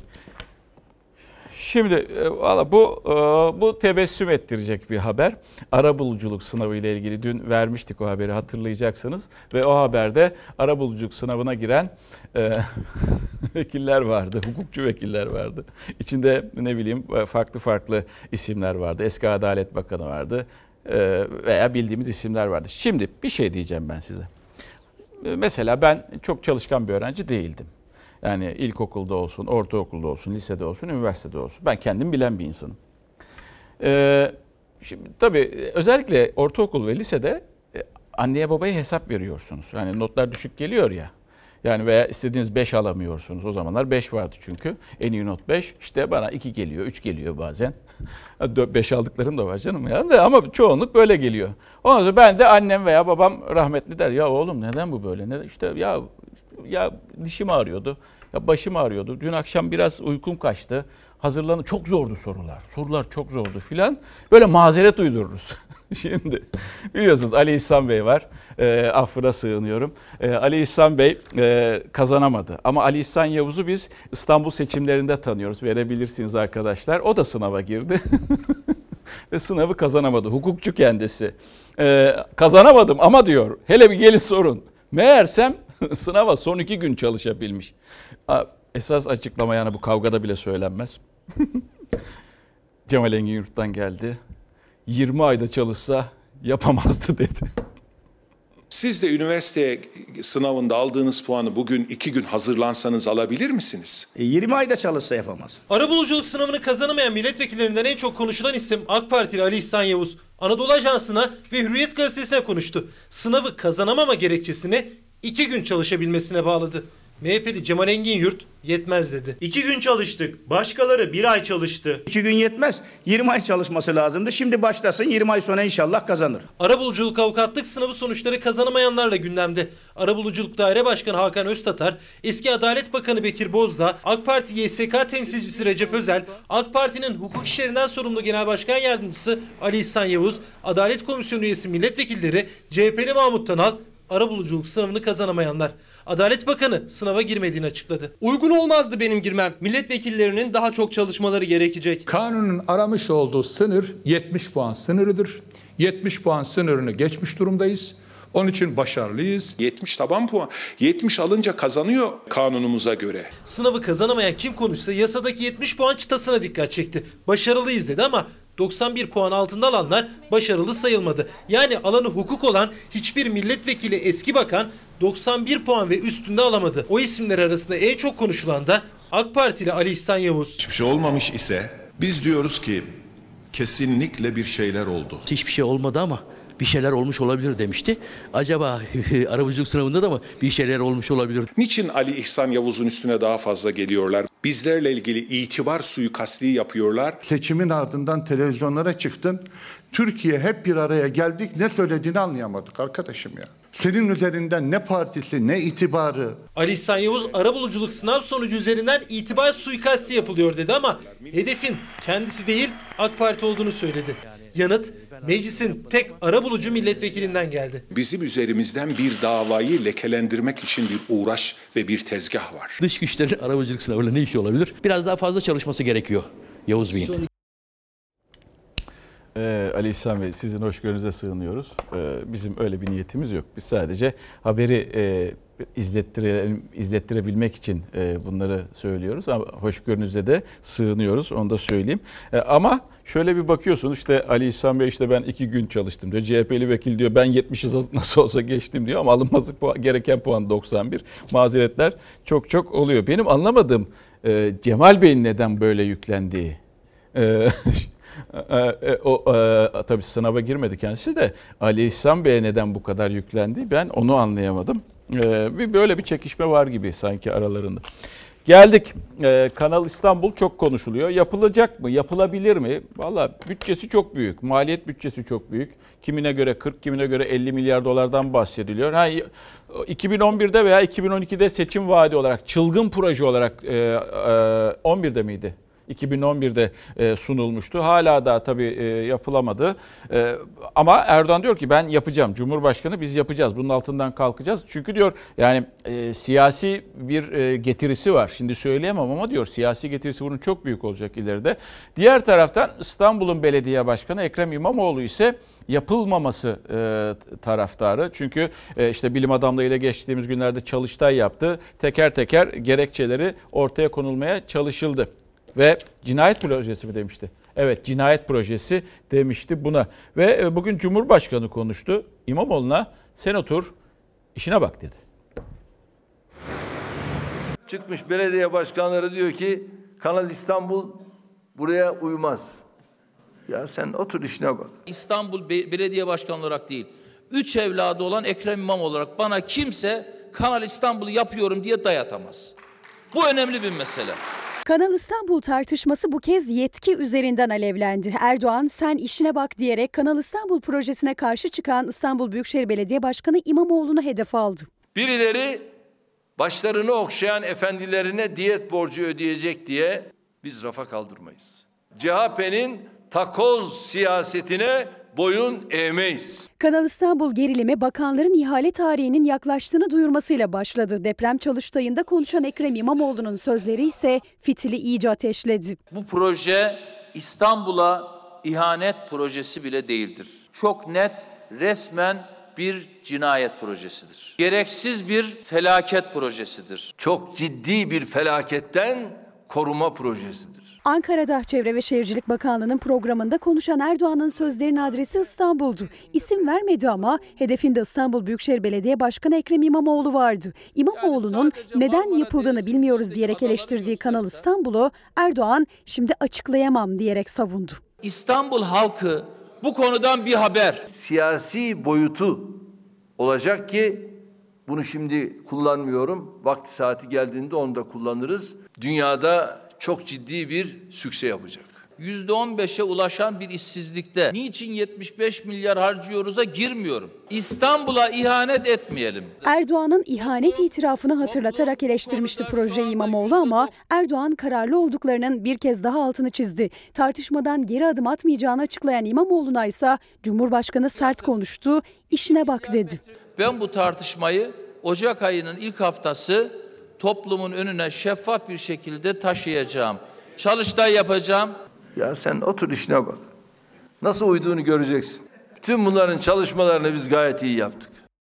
Şimdi bu tebessüm ettirecek bir haber. Arabuluculuk sınavı ile ilgili dün vermiştik o haberi, hatırlayacaksınız. Ve o haberde arabuluculuk sınavına giren vekiller vardı, hukukçu vekiller vardı. İçinde ne bileyim farklı isimler vardı. Eski Adalet Bakanı vardı veya bildiğimiz isimler vardı. Şimdi bir şey diyeceğim ben size. Mesela ben çok çalışkan bir öğrenci değildim. Yani ilkokulda olsun, ortaokulda olsun, lisede olsun, üniversitede olsun. Ben kendim bilen bir insanım. Şimdi tabii özellikle ortaokul ve lisede anneye babaya hesap veriyorsunuz. Yani notlar düşük geliyor ya. Yani veya istediğiniz 5 alamıyorsunuz. O zamanlar 5 vardı çünkü. En iyi not 5. İşte bana 2 geliyor, 3 geliyor bazen. 5 aldıklarım da var canım. Yani ama çoğunluk böyle geliyor. Ondan sonra ben de annem veya babam rahmetli der. Ya oğlum neden bu böyle? Neden? İşte ya dişim ağrıyordu. Ya başım ağrıyordu. Dün akşam biraz uykum kaçtı. Hazırlanın. Çok zordu sorular. Sorular çok zordu filan. Böyle mazeret uydururuz. Şimdi biliyorsunuz Ali İhsan Bey var. Affına sığınıyorum. Ali İhsan Bey kazanamadı. Ama Ali İhsan Yavuz'u biz İstanbul seçimlerinde tanıyoruz. Verebilirsiniz arkadaşlar. O da sınava girdi. Ve sınavı kazanamadı. Hukukçu kendisi. Kazanamadım ama diyor. Hele bir gelin sorun. Meğersem sınava son 2 gün çalışabilmiş. Esas açıklama, yani bu kavgada bile söylenmez. Cemal Engin Yurt'tan geldi. 20 ayda çalışsa yapamazdı dedi. Siz de üniversite sınavında aldığınız puanı bugün 2 gün hazırlansanız alabilir misiniz? 20 ayda çalışsa yapamaz. Arabuluculuk sınavını kazanamayan milletvekillerinden en çok konuşulan isim AK Partili Ali İhsan Yavuz. Anadolu Ajansı'na ve Hürriyet Gazetesi'ne konuştu. Sınavı kazanamama gerekçesini 2 gün çalışabilmesine bağladı. MHP'li Cemal Engin Yurt yetmez dedi. 2 gün çalıştık. Başkaları 1 ay çalıştı. 2 gün yetmez. 20 ay çalışması lazımdı. Şimdi başlasın, 20 ay sonra inşallah kazanır. Arabuluculuk avukatlık sınavı sonuçları kazanamayanlarla gündemde. Arabuluculuk Daire Başkanı Hakan Öztatar, eski Adalet Bakanı Bekir Bozdağ, AK Parti YSK temsilcisi Recep Özel, AK Parti'nin hukuk işlerinden sorumlu Genel Başkan Yardımcısı Ali İhsan Yavuz, Adalet Komisyonu üyesi milletvekilleri, CHP'li Mahmut Tanal, arabuluculuk sınavını kazanamayanlar. Adalet Bakanı sınava girmediğini açıkladı. Uygun olmazdı benim girmem. Milletvekillerinin daha çok çalışmaları gerekecek. Kanunun aramış olduğu sınır 70 puan sınırıdır. 70 puan sınırını geçmiş durumdayız. Onun için başarılıyız. 70 taban puan. 70 alınca kazanıyor kanunumuza göre. Sınavı kazanamayan kim konuşsa yasadaki 70 puan çıtasına dikkat çekti. Başarılıyız dedi ama 91 puan altında alanlar başarılı sayılmadı. Yani alanı hukuk olan hiçbir milletvekili eski bakan 91 puan ve üstünde alamadı. O isimler arasında en çok konuşulan da AK Partili Ali İhsan Yavuz. Hiçbir şey olmamış ise biz diyoruz ki kesinlikle bir şeyler oldu. Hiçbir şey olmadı ama bir şeyler olmuş olabilir demişti. Acaba arabuluculuk sınavında da mı bir şeyler olmuş olabilir? Niçin Ali İhsan Yavuz'un üstüne daha fazla geliyorlar? Bizlerle ilgili itibar suikastliği yapıyorlar. Seçimin ardından televizyonlara çıktın. Türkiye hep bir araya geldik. Ne söylediğini anlayamadık arkadaşım ya. Senin üzerinden ne partisi ne itibarı. Ali İhsan Yavuz arabuluculuk sınav sonucu üzerinden itibar suikasti yapılıyor dedi ama hedefin kendisi değil AK Parti olduğunu söyledi. Yanıt meclisin tek arabulucu milletvekilinden geldi. Bizim üzerimizden bir davayı lekelendirmek için bir uğraş ve bir tezgah var. Dış güçlerin arabuluculuk sınavıyla ne işi olabilir? Biraz daha fazla çalışması gerekiyor Yavuz Bey'in. Ali İhsan Bey, sizin hoşgörünüze sığınıyoruz. Bizim öyle bir niyetimiz yok. Biz sadece haberi izlettirebilmek için bunları söylüyoruz. Ama hoşgörünüze de sığınıyoruz, onu da söyleyeyim. Ama şöyle bir bakıyorsun, işte Ali İhsan Bey işte ben 2 gün çalıştım diyor. CHP'li vekil diyor ben 70'i nasıl olsa geçtim diyor ama alınması gereken puan 91. Mazeretler çok oluyor. Benim anlamadığım Cemal Bey'in neden böyle yüklendiği. Tabii sınava girmedi kendisi de Ali İhsan Bey'e neden bu kadar yüklendi ben onu anlayamadım. Böyle bir çekişme var gibi sanki aralarında. Geldik. Kanal İstanbul çok konuşuluyor. Yapılacak mı? Yapılabilir mi? Valla bütçesi çok büyük. Maliyet bütçesi çok büyük. Kimine göre 40, kimine göre 50 milyar dolardan bahsediliyor. 2011'de veya 2012'de seçim vaadi olarak, çılgın proje olarak 11'de miydi? 2011'de sunulmuştu. Hala da tabii yapılamadı. Ama Erdoğan diyor ki ben yapacağım. Cumhurbaşkanı biz yapacağız. Bunun altından kalkacağız. Çünkü diyor yani siyasi bir getirisi var. Şimdi söyleyemem ama diyor siyasi getirisi bunun çok büyük olacak ileride. Diğer taraftan İstanbul'un belediye başkanı Ekrem İmamoğlu ise yapılmaması taraftarı. Çünkü işte bilim adamlarıyla geçtiğimiz günlerde çalıştay yaptı. Teker teker gerekçeleri ortaya konulmaya çalışıldı. Ve cinayet projesi mi demişti? Evet, cinayet projesi demişti buna. Ve bugün Cumhurbaşkanı konuştu. İmamoğlu'na sen otur, işine bak dedi. Çıkmış belediye başkanları diyor ki Kanal İstanbul buraya uymaz. Ya sen otur işine bak. İstanbul Belediye Başkanı olarak değil, 3 evladı olan Ekrem İmamoğlu olarak bana kimse Kanal İstanbul'u yapıyorum diye dayatamaz. Bu önemli bir mesele. Kanal İstanbul tartışması bu kez yetki üzerinden alevlendi. Erdoğan sen işine bak diyerek Kanal İstanbul projesine karşı çıkan İstanbul Büyükşehir Belediye Başkanı İmamoğlu'nu hedef aldı. Birileri başlarını okşayan efendilerine diyet borcu ödeyecek diye biz rafa kaldırmayız. CHP'nin takoz siyasetine boyun eğmeyiz. Kanal İstanbul gerilimi bakanların ihale tarihinin yaklaştığını duyurmasıyla başladı. Deprem çalıştayında konuşan Ekrem İmamoğlu'nun sözleri ise fitili iyice ateşledi. Bu proje İstanbul'a ihanet projesi bile değildir. Çok net, resmen bir cinayet projesidir. Gereksiz bir felaket projesidir. Çok ciddi bir felaketten koruma projesidir. Ankara'da Çevre ve Şehircilik Bakanlığı'nın programında konuşan Erdoğan'ın sözlerinin adresi İstanbul'du. İsim vermedi ama hedefinde İstanbul Büyükşehir Belediye Başkanı Ekrem İmamoğlu vardı. İmamoğlu'nun neden yapıldığını bilmiyoruz diyerek eleştirdiği Kanal İstanbul'u Erdoğan şimdi açıklayamam diyerek savundu. İstanbul halkı bu konudan bir haber. Siyasi boyutu olacak ki bunu şimdi kullanmıyorum. Vakti saati geldiğinde onu da kullanırız. Dünyada çok ciddi bir sükse yapacak. %15'e ulaşan bir işsizlikte niçin 75 milyar harcıyoruz'a girmiyorum. İstanbul'a ihanet etmeyelim. Erdoğan'ın ihanet itirafını hatırlatarak eleştirmişti projeyi İmamoğlu ama Erdoğan kararlı olduklarının bir kez daha altını çizdi. Tartışmadan geri adım atmayacağını açıklayan İmamoğlu'na ise Cumhurbaşkanı sert konuştu, işine bak dedi. Ben bu tartışmayı Ocak ayının ilk haftası toplumun önüne şeffaf bir şekilde taşıyacağım. Çalıştay yapacağım. Ya sen otur işine bak. Nasıl uyduğunu göreceksin. Bütün bunların çalışmalarını biz gayet iyi yaptık.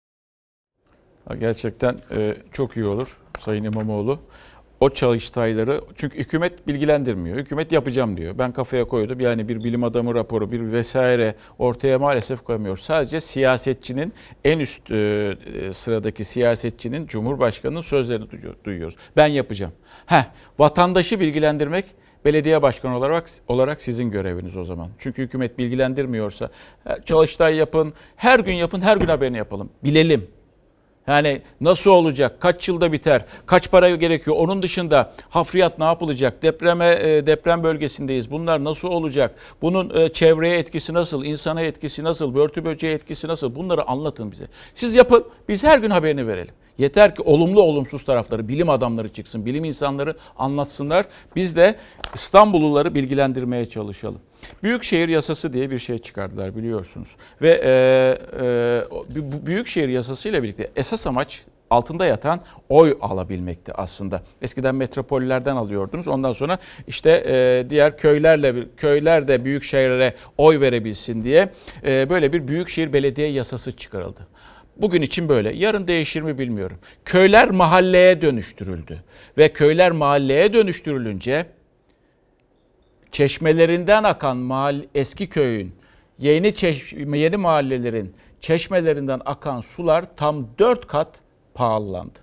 Gerçekten çok iyi olur Sayın İmamoğlu. O çalıştayları, çünkü hükümet bilgilendirmiyor. Hükümet yapacağım diyor. Ben kafaya koydum. Yani bir bilim adamı raporu, bir vesaire ortaya maalesef koymuyor. Sadece siyasetçinin, en üst sıradaki siyasetçinin, Cumhurbaşkanı'nın sözlerini duyuyoruz. Ben yapacağım. Vatandaşı bilgilendirmek belediye başkanı olarak sizin göreviniz o zaman. Çünkü hükümet bilgilendirmiyorsa çalıştay yapın, her gün yapın, her gün haberini yapalım. Bilelim. Yani nasıl olacak, kaç yılda biter, kaç para gerekiyor, onun dışında hafriyat ne yapılacak, deprem bölgesindeyiz, bunlar nasıl olacak, bunun çevreye etkisi nasıl, insana etkisi nasıl, börtü böceğe etkisi nasıl, bunları anlatın bize. Siz yapın, biz her gün haberini verelim. Yeter ki olumlu olumsuz tarafları, bilim adamları çıksın, bilim insanları anlatsınlar. Biz de İstanbulluları bilgilendirmeye çalışalım. Büyükşehir yasası diye bir şey çıkardılar biliyorsunuz. Ve bu büyükşehir yasası ile birlikte esas amaç altında yatan oy alabilmekti aslında. Eskiden metropollerden alıyordunuz. Ondan sonra işte diğer köyler de büyük şehirlere oy verebilsin diye böyle bir büyükşehir belediye yasası çıkarıldı. Bugün için böyle. Yarın değişir mi bilmiyorum. Köyler mahalleye dönüştürüldü. Ve köyler mahalleye dönüştürülünce çeşmelerinden akan eski köyün, yeni mahallelerin çeşmelerinden akan sular tam 4 kat pahalandı.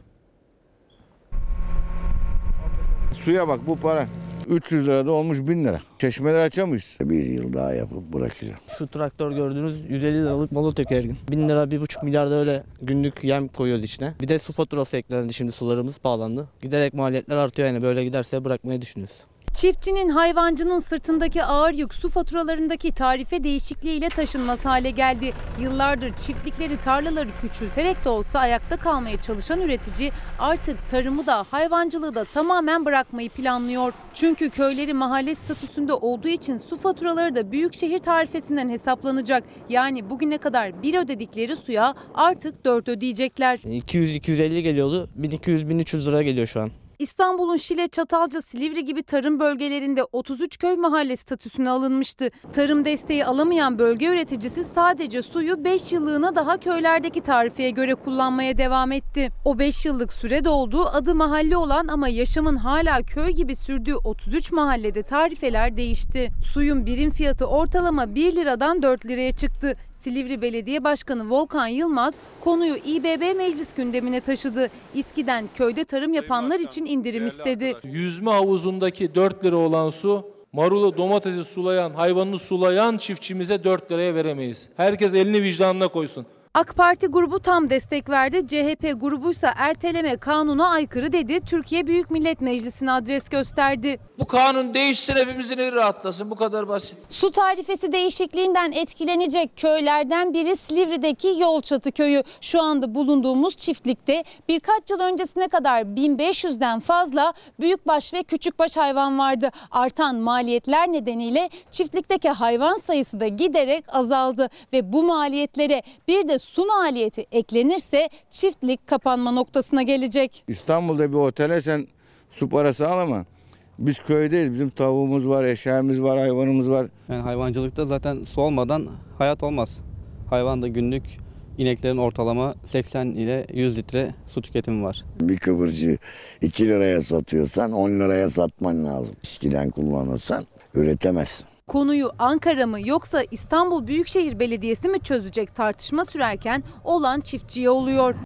Suya bak, bu para 300 lirada olmuş 1000 lira. Çeşmeleri açamıyoruz. Bir yıl daha yapıp bırakacağım. Şu traktör gördüğünüz 150 liralık malı töker her gün. 1000 lira, 1,5 milyar da öyle günlük yem koyuyoruz içine. Bir de su faturası eklendi, şimdi sularımız pahalandı. Giderek maliyetler artıyor, yani böyle giderse bırakmayı düşünüyoruz. Çiftçinin, hayvancının sırtındaki ağır yük su faturalarındaki tarife değişikliğiyle taşınmaz hale geldi. Yıllardır çiftlikleri, tarlaları küçülterek de olsa ayakta kalmaya çalışan üretici artık tarımı da hayvancılığı da tamamen bırakmayı planlıyor. Çünkü köyleri mahalle statüsünde olduğu için su faturaları da büyükşehir tarifesinden hesaplanacak. Yani bugüne kadar 1 ödedikleri suya artık 4 ödeyecekler. 200-250 geliyordu, 1200-1300 lira geliyor şu an. İstanbul'un Şile, Çatalca, Silivri gibi tarım bölgelerinde 33 köy mahalle statüsüne alınmıştı. Tarım desteği alamayan bölge üreticisi sadece suyu 5 yıllığına daha köylerdeki tarifeye göre kullanmaya devam etti. O 5 yıllık süre doldu, adı mahalle olan ama yaşamın hala köy gibi sürdüğü 33 mahallede tarifeler değişti. Suyun birim fiyatı ortalama 1 liradan 4 liraya çıktı. Silivri Belediye Başkanı Volkan Yılmaz konuyu İBB meclis gündemine taşıdı. İSKİ'den köyde tarım yapanlar için indirim istedi. Yüzme havuzundaki 4 lira olan su, marulu, domatesi sulayan, hayvanını sulayan çiftçimize 4 liraya veremeyiz. Herkes elini vicdanına koysun. AK Parti grubu tam destek verdi. CHP grubuysa erteleme kanuna aykırı dedi. Türkiye Büyük Millet Meclisi'ne adres gösterdi. Bu kanun değişsin, hepimizin eli rahatlasın. Bu kadar basit. Su tarifesi değişikliğinden etkilenecek köylerden biri Silivri'deki Yolçatı köyü. Şu anda bulunduğumuz çiftlikte birkaç yıl öncesine kadar 1500'den fazla büyükbaş ve küçükbaş hayvan vardı. Artan maliyetler nedeniyle çiftlikteki hayvan sayısı da giderek azaldı ve bu maliyetlere bir de su maliyeti eklenirse çiftlik kapanma noktasına gelecek. İstanbul'da bir otele sen su parası al ama biz köydeyiz. Bizim tavuğumuz var, eşeğimiz var, hayvanımız var. Yani hayvancılıkta zaten su olmadan hayat olmaz. Hayvan da günlük ineklerin ortalama 80 ile 100 litre su tüketimi var. Bir kıvırcığı 2 liraya satıyorsan 10 liraya satman lazım. İSKİ'den kullanırsan üretemezsin. Konuyu Ankara mı yoksa İstanbul Büyükşehir Belediyesi mi çözecek tartışma sürerken olan çiftçiye oluyor.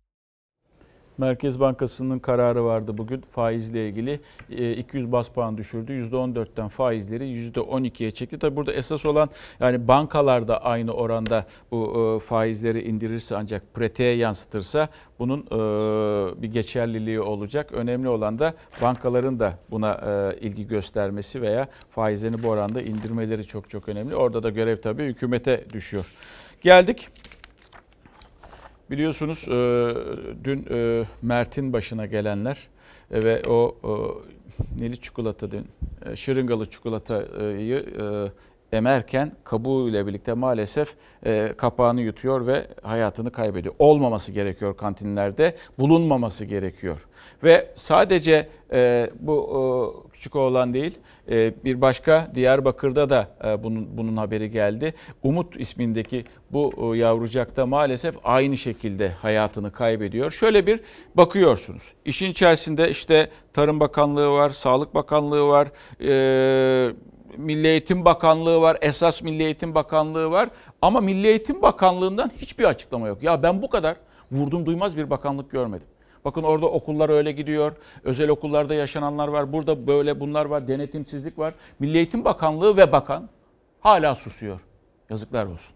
Merkez Bankası'nın kararı vardı bugün faizle ilgili. 200 bas puan düşürdü. %14'ten faizleri %12'ye çekti. Tabii burada esas olan, yani bankalar da aynı oranda bu faizleri indirirse, ancak pratiğe yansıtırsa bunun bir geçerliliği olacak. Önemli olan da bankaların da buna ilgi göstermesi veya faizlerini bu oranda indirmeleri çok çok önemli. Orada da görev tabii hükümete düşüyor. Geldik. Biliyorsunuz dün Mert'in başına gelenler ve o neli çikolata, şırıngalı çikolatayı emerken kabuğuyla birlikte maalesef kapağını yutuyor ve hayatını kaybediyor. Olmaması gerekiyor kantinlerde, bulunmaması gerekiyor. Ve sadece bu küçük oğlan değil, bir başka Diyarbakır'da da bunun haberi geldi. Umut ismindeki bu yavrucak da maalesef aynı şekilde hayatını kaybediyor. Şöyle bir bakıyorsunuz. İşin içerisinde işte Tarım Bakanlığı var, Sağlık Bakanlığı var, Milli Eğitim Bakanlığı var, esas Milli Eğitim Bakanlığı var. Ama Milli Eğitim Bakanlığı'ndan hiçbir açıklama yok. Ya ben bu kadar vurdum duymaz bir bakanlık görmedim. Bakın orada okullar öyle gidiyor. Özel okullarda yaşananlar var. Burada böyle bunlar var. Denetimsizlik var. Milli Eğitim Bakanlığı ve bakan hala susuyor. Yazıklar olsun.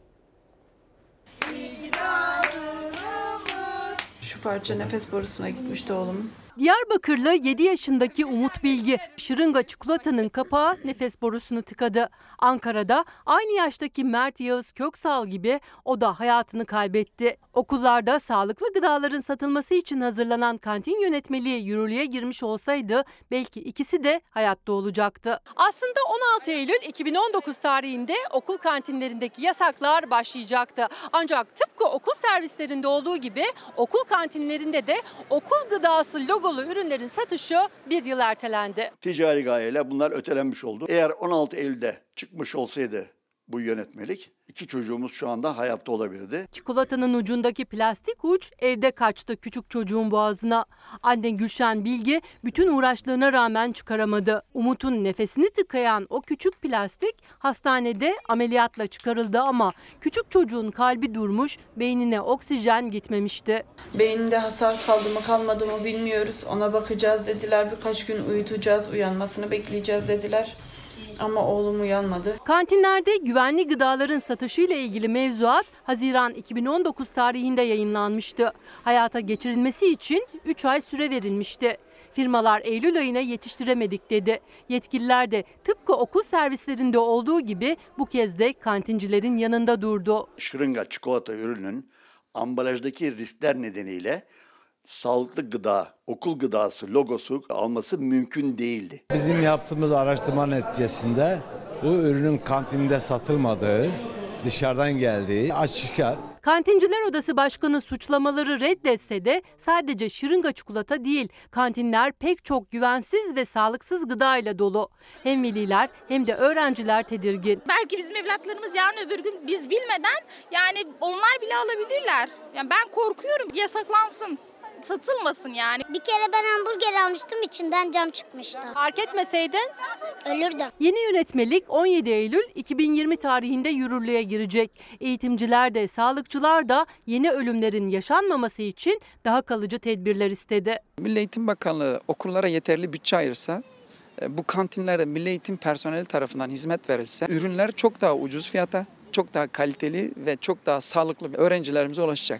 Şu parça nefes borusuna gitmişti oğlum. Diyarbakırlı 7 yaşındaki Umut Bilgi, şırınga çikolatanın kapağı nefes borusunu tıkadı. Ankara'da aynı yaştaki Mert Yağız Köksal gibi o da hayatını kaybetti. Okullarda sağlıklı gıdaların satılması için hazırlanan kantin yönetmeliği yürürlüğe girmiş olsaydı belki ikisi de hayatta olacaktı. Aslında 16 Eylül 2019 tarihinde okul kantinlerindeki yasaklar başlayacaktı. Ancak tıpkı okul servislerinde olduğu gibi okul kantinlerinde de okul gıdası logolu ürünlerin satışı bir yıl ertelendi. Ticari gayeyle bunlar ötelenmiş oldu. Eğer 16 Eylül'de çıkmış olsaydı bu yönetmelik, 2 çocuğumuz şu anda hayatta olabilirdi. Çikolatanın ucundaki plastik uç evde kaçtı küçük çocuğun boğazına. Anne Gülşen Bilgi bütün uğraşlarına rağmen çıkaramadı. Umut'un nefesini tıkayan o küçük plastik hastanede ameliyatla çıkarıldı ama küçük çocuğun kalbi durmuş, beynine oksijen gitmemişti. Beyninde hasar kaldı mı kalmadı mı bilmiyoruz. Ona bakacağız dediler. Birkaç gün uyutacağız, uyanmasını bekleyeceğiz dediler. Ama oğlum uyanmadı. Kantinlerde güvenli gıdaların satışıyla ilgili mevzuat Haziran 2019 tarihinde yayınlanmıştı. Hayata geçirilmesi için 3 ay süre verilmişti. Firmalar Eylül ayına yetiştiremedik dedi. Yetkililer de tıpkı okul servislerinde olduğu gibi bu kez de kantincilerin yanında durdu. Şırınga çikolata ürünün ambalajdaki riskler nedeniyle sağlıklı gıda, okul gıdası logosu alması mümkün değildi. Bizim yaptığımız araştırma neticesinde bu ürünün kantinde satılmadığı, dışarıdan geldiği aşikar. Kantinciler Odası Başkanı suçlamaları reddetse de sadece şırınga çikolata değil, kantinler pek çok güvensiz ve sağlıksız gıdayla dolu. Hem veliler hem de öğrenciler tedirgin. Belki bizim evlatlarımız yarın öbür gün biz bilmeden yani onlar bile alabilirler. Yani ben korkuyorum, yasaklansın. Satılmasın yani. Bir kere ben hamburger almıştım, içinden cam çıkmıştı. Fark etmeseydin ölürdüm. Yeni yönetmelik 17 Eylül 2020 tarihinde yürürlüğe girecek. Eğitimciler de sağlıkçılar da yeni ölümlerin yaşanmaması için daha kalıcı tedbirler istedi. Milli Eğitim Bakanlığı okullara yeterli bütçe ayırsa, bu kantinlerde Milli Eğitim personeli tarafından hizmet verilse, ürünler çok daha ucuz fiyata, çok daha kaliteli ve çok daha sağlıklı öğrencilerimize ulaşacak.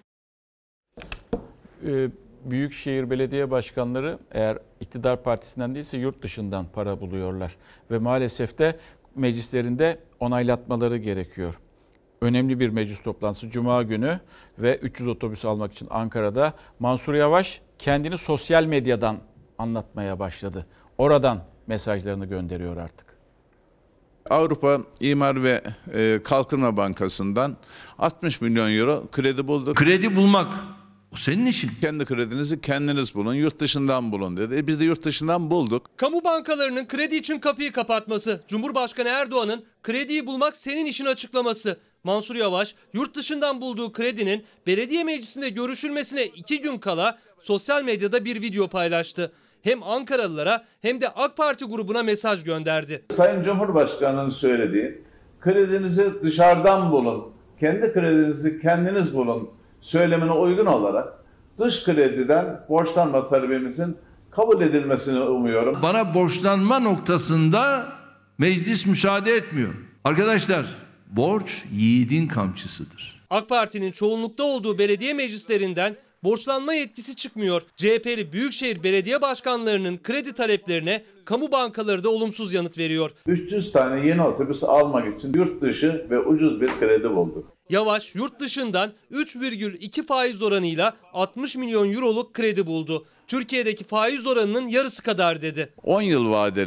Büyükşehir belediye başkanları eğer iktidar partisinden değilse yurt dışından para buluyorlar. Ve maalesef de meclislerinde onaylatmaları gerekiyor. Önemli bir meclis toplantısı Cuma günü ve 300 otobüs almak için Ankara'da. Mansur Yavaş kendini sosyal medyadan anlatmaya başladı. Oradan mesajlarını gönderiyor artık. Avrupa İmar ve Kalkınma Bankası'ndan 60 milyon euro kredi bulduk. Kredi bulmak. O senin için. Kendi kredinizi kendiniz bulun, yurt dışından bulun dedi. Biz de yurt dışından bulduk. Kamu bankalarının kredi için kapıyı kapatması, Cumhurbaşkanı Erdoğan'ın krediyi bulmak senin işin açıklaması. Mansur Yavaş yurt dışından bulduğu kredinin belediye meclisinde görüşülmesine 2 gün kala sosyal medyada bir video paylaştı. Hem Ankaralılara hem de AK Parti grubuna mesaj gönderdi. Sayın Cumhurbaşkanı'nın söylediği kredinizi dışarıdan bulun, kendi kredinizi kendiniz bulun söylemine uygun olarak dış krediden borçlanma talebimizin kabul edilmesini umuyorum. Bana borçlanma noktasında meclis müsaade etmiyor. Arkadaşlar, borç yiğidin kamçısıdır. AK Parti'nin çoğunlukta olduğu belediye meclislerinden borçlanma yetkisi çıkmıyor. CHP'li Büyükşehir Belediye Başkanlarının kredi taleplerine kamu bankaları da olumsuz yanıt veriyor. 300 tane yeni otobüs almak için yurt dışı ve ucuz bir kredi bulduk. Yavaş yurt dışından 3,2 faiz oranıyla 60 milyon euroluk kredi buldu. Türkiye'deki faiz oranının yarısı kadar dedi. 10 yıl vadeli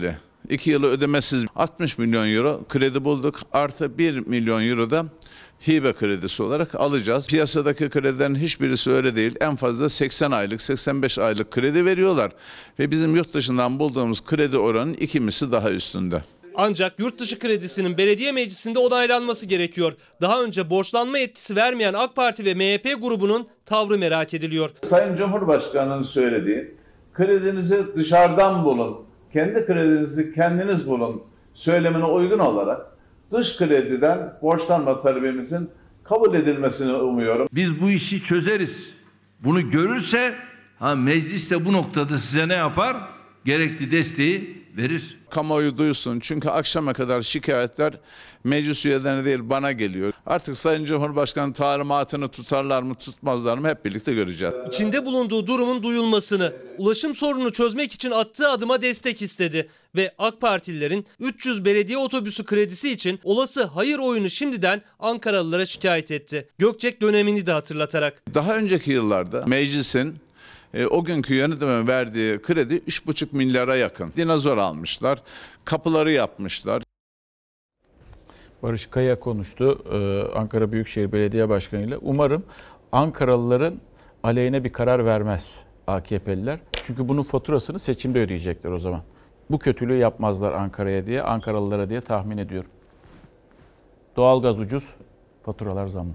2 yılı ödemesiz 60 milyon euro kredi bulduk. Artı 1 milyon euro da hibe kredisi olarak alacağız. Piyasadaki kredilerin hiçbirisi öyle değil. En fazla 80 aylık, 85 aylık kredi veriyorlar. Ve bizim yurt dışından bulduğumuz kredi oranının 2 misli daha üstünde. Ancak yurt dışı kredisinin belediye meclisinde onaylanması gerekiyor. Daha önce borçlanma yetkisi vermeyen AK Parti ve MHP grubunun tavrı merak ediliyor. Sayın Cumhurbaşkanı'nın söylediği kredinizi dışarıdan bulun, kendi kredinizi kendiniz bulun söylemine uygun olarak dış krediden borçlanma talebimizin kabul edilmesini umuyorum. Biz bu işi çözeriz. Bunu görürse meclis de bu noktada size ne yapar? Gerekli desteği verir. Kamuoyu duysun çünkü akşama kadar şikayetler meclis üyelerine değil bana geliyor. Artık Sayın Cumhurbaşkanı talimatını tutarlar mı tutmazlar mı hep birlikte göreceğiz. İçinde bulunduğu durumun duyulmasını, ulaşım sorununu çözmek için attığı adıma destek istedi. Ve AK Partililerin 300 belediye otobüsü kredisi için olası hayır oyunu şimdiden Ankaralılara şikayet etti. Gökçek dönemini de hatırlatarak. Daha önceki yıllarda meclisin o günkü yönetime verdiği kredi 3,5 milyara yakın. Dinozor almışlar, kapıları yapmışlar. Barış Kaya konuştu Ankara Büyükşehir Belediye Başkanı ile. Umarım Ankaralıların aleyhine bir karar vermez AKP'liler. Çünkü bunun faturasını seçimde ödeyecekler o zaman. Bu kötülüğü yapmazlar Ankara'ya diye, Ankaralılara diye tahmin ediyorum. Doğalgaz ucuz, faturalar zamlı.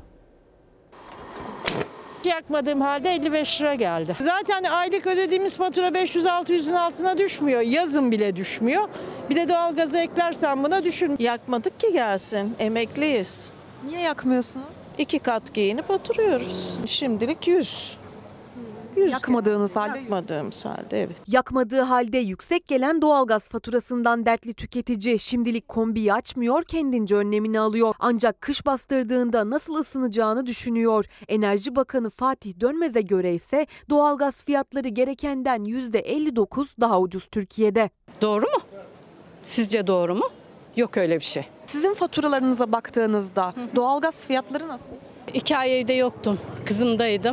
Yakmadığım halde 55 lira geldi. Zaten aylık ödediğimiz fatura 500-600'ün altına düşmüyor. Yazın bile düşmüyor. Bir de doğalgazı eklersen buna düşün. Yakmadık ki gelsin. Emekliyiz. Niye yakmıyorsunuz? 2 kat giyinip oturuyoruz. Şimdilik 100. Yakmadığınız halde? Yakmadığımız halde evet. Yakmadığı halde yüksek gelen doğalgaz faturasından dertli tüketici şimdilik kombiyi açmıyor, kendince önlemini alıyor. Ancak kış bastırdığında nasıl ısınacağını düşünüyor. Enerji Bakanı Fatih Dönmez'e göre ise doğalgaz fiyatları gerekenden %59 daha ucuz Türkiye'de. Doğru mu? Sizce doğru mu? Yok öyle bir şey. Sizin faturalarınıza baktığınızda doğalgaz fiyatları nasıl? 2 ay evde yoktum. Kızımdaydım.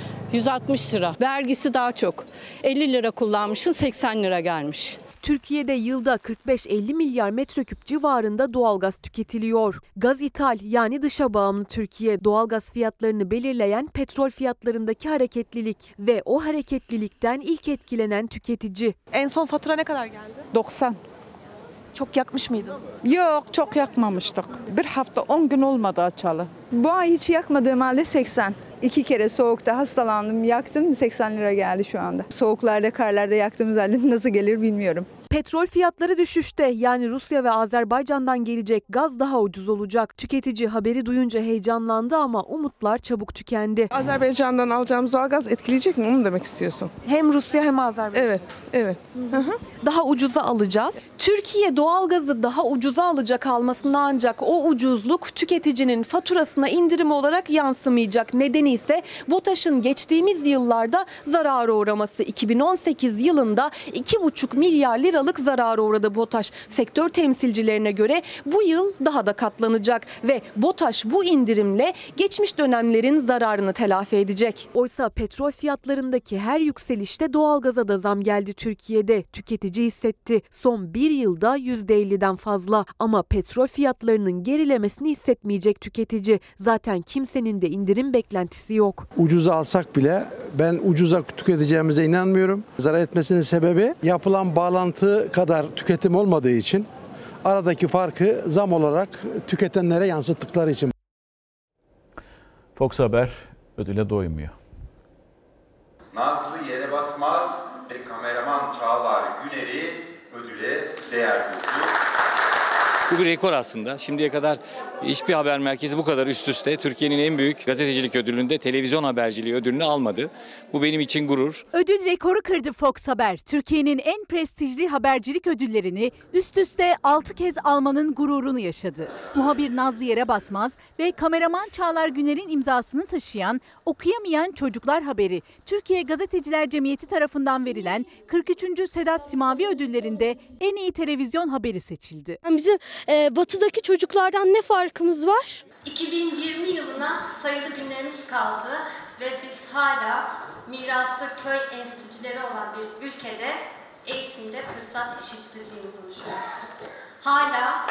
160 lira. Vergisi daha çok. 50 lira kullanmışsın, 80 lira gelmiş. Türkiye'de yılda 45-50 milyar metreküp civarında doğalgaz tüketiliyor. Gaz ithal yani dışa bağımlı Türkiye doğalgaz fiyatlarını belirleyen petrol fiyatlarındaki hareketlilik ve o hareketlilikten ilk etkilenen tüketici. En son fatura ne kadar geldi? 90. Çok yakmış mıydınız? Yok çok yakmamıştık. Bir hafta 10 gün olmadı açalı. Bu ay hiç yakmadığım halde 80. 2 kere soğukta hastalandım, yaktım 80 lira geldi şu anda. Soğuklarda, karlarda yaktığımız halde nasıl gelir bilmiyorum. Petrol fiyatları düşüşte yani Rusya ve Azerbaycan'dan gelecek gaz daha ucuz olacak. Tüketici haberi duyunca heyecanlandı ama umutlar çabuk tükendi. Azerbaycan'dan alacağımız doğalgaz etkileyecek mi? Onu demek istiyorsun. Hem Rusya hem Azerbaycan. Evet, evet. Daha ucuza alacağız. Türkiye doğalgazı daha ucuza alacak almasında ancak o ucuzluk tüketicinin faturasına indirim olarak yansımayacak. Nedeni ise BOTAŞ'ın geçtiğimiz yıllarda zarara uğraması. 2018 yılında 2,5 milyar liralık zarara uğradı BOTAŞ. Sektör temsilcilerine göre bu yıl daha da katlanacak ve BOTAŞ bu indirimle geçmiş dönemlerin zararını telafi edecek. Oysa petrol fiyatlarındaki her yükselişte doğalgaza da zam geldi Türkiye'de. Tüketici hissetti. Son bir yılda %50'den fazla. Ama petrol fiyatlarının gerilemesini hissetmeyecek tüketici. Zaten kimsenin de indirim beklentisi yok. Ucuza alsak bile ben ucuza tüketeceğimize inanmıyorum. Zarar etmesinin sebebi yapılan bağlantı kadar tüketim olmadığı için aradaki farkı zam olarak tüketenlere yansıttıkları için. Fox Haber ödüle doymuyor. Nazlı Yere Basmaz ve kameraman Çağlar Güner'i ödüle değer buldu. Bu bir rekor aslında. Şimdiye kadar hiçbir haber merkezi bu kadar üst üste Türkiye'nin en büyük gazetecilik ödülünde televizyon haberciliği ödülünü almadı. Bu benim için gurur. Ödül rekoru kırdı Fox Haber. Türkiye'nin en prestijli habercilik ödüllerini üst üste 6 kez almanın gururunu yaşadı. Muhabir Nazlı Yere Basmaz ve kameraman Çağlar Güner'in imzasını taşıyan Okuyamayan Çocuklar haberi Türkiye Gazeteciler Cemiyeti tarafından verilen 43. Sedat Simavi ödüllerinde en iyi televizyon haberi seçildi. Bizim batıdaki çocuklardan ne farkımız var? 2020 yılına sayılı günlerimiz kaldı ve biz hala mirası köy enstitüleri olan bir ülkede eğitimde fırsat eşitsizliğini konuşuyoruz. Hala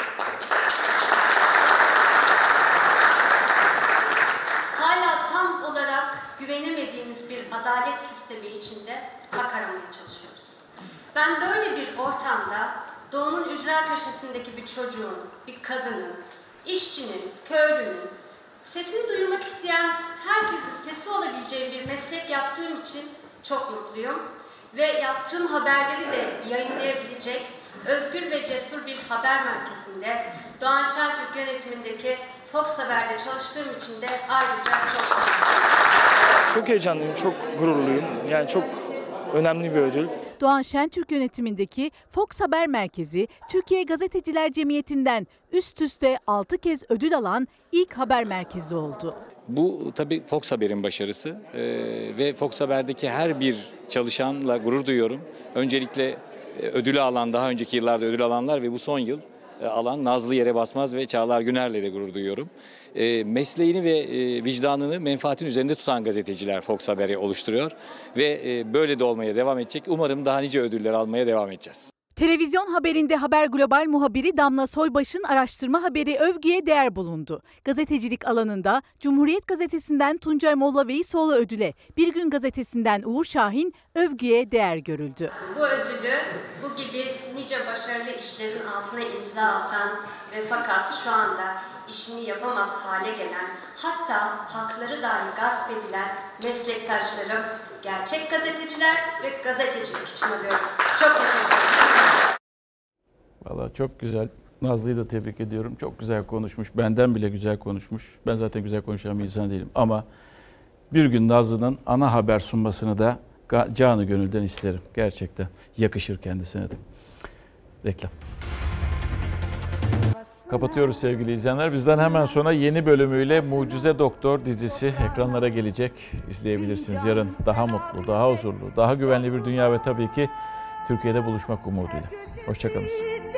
tam olarak güvenemediğimiz bir adalet sistemi içinde hak aramaya çalışıyoruz. Ben böyle bir ortamda doğunun ücra köşesindeki bir çocuğun, bir kadının, işçinin, köylünün, sesini duyurmak isteyen herkesin sesi olabileceği bir meslek yaptığım için çok mutluyum. Ve yaptığım haberleri de yayınlayabilecek özgür ve cesur bir haber merkezinde Doğan Şentürk yönetimindeki Fox Haber'de çalıştığım için de ayrıca çok şanslıyım. Çok heyecanlıyım, çok gururluyum. Yani çok önemli bir ödül. Doğan Şentürk yönetimindeki Fox Haber Merkezi, Türkiye Gazeteciler Cemiyeti'nden üst üste 6 kez ödül alan ilk haber merkezi oldu. Bu tabii Fox Haber'in başarısı ve Fox Haber'deki her bir çalışanla gurur duyuyorum. Öncelikle ödülü alan, daha önceki yıllarda ödül alanlar ve bu son yıl alan Nazlı Yere Basmaz ve Çağlar Güner'le de gurur duyuyorum. Mesleğini ve vicdanını menfaatin üzerinde tutan gazeteciler Fox Haber'i oluşturuyor ve böyle de olmaya devam edecek. Umarım daha nice ödüller almaya devam edeceğiz. Televizyon haberinde Haber Global muhabiri Damla Soybaş'ın araştırma haberi övgüye değer bulundu. Gazetecilik alanında Cumhuriyet Gazetesi'nden Tuncay Molla Veysoğlu ödüle, Bir Gün Gazetesi'nden Uğur Şahin övgüye değer görüldü. Bu ödülü bu gibi nice başarılı işlerin altına imza atan ve fakat şu anda işini yapamaz hale gelen, hatta hakları dahi gasp edilen meslektaşlarım, gerçek gazeteciler ve gazetecilik için alıyorum. Çok teşekkür ederim. Vallahi çok güzel. Nazlı'yı da tebrik ediyorum. Çok güzel konuşmuş. Benden bile güzel konuşmuş. Ben zaten güzel konuşan bir insan değilim. Ama bir gün Nazlı'nın ana haber sunmasını da canı gönülden isterim. Gerçekten yakışır kendisine de. Reklam. Kapatıyoruz sevgili izleyenler. Bizden hemen sonra yeni bölümüyle Mucize Doktor dizisi ekranlara gelecek. İzleyebilirsiniz. Yarın daha mutlu, daha huzurlu, daha güvenli bir dünya ve tabii ki Türkiye'de buluşmak umuduyla. Hoşça kalın.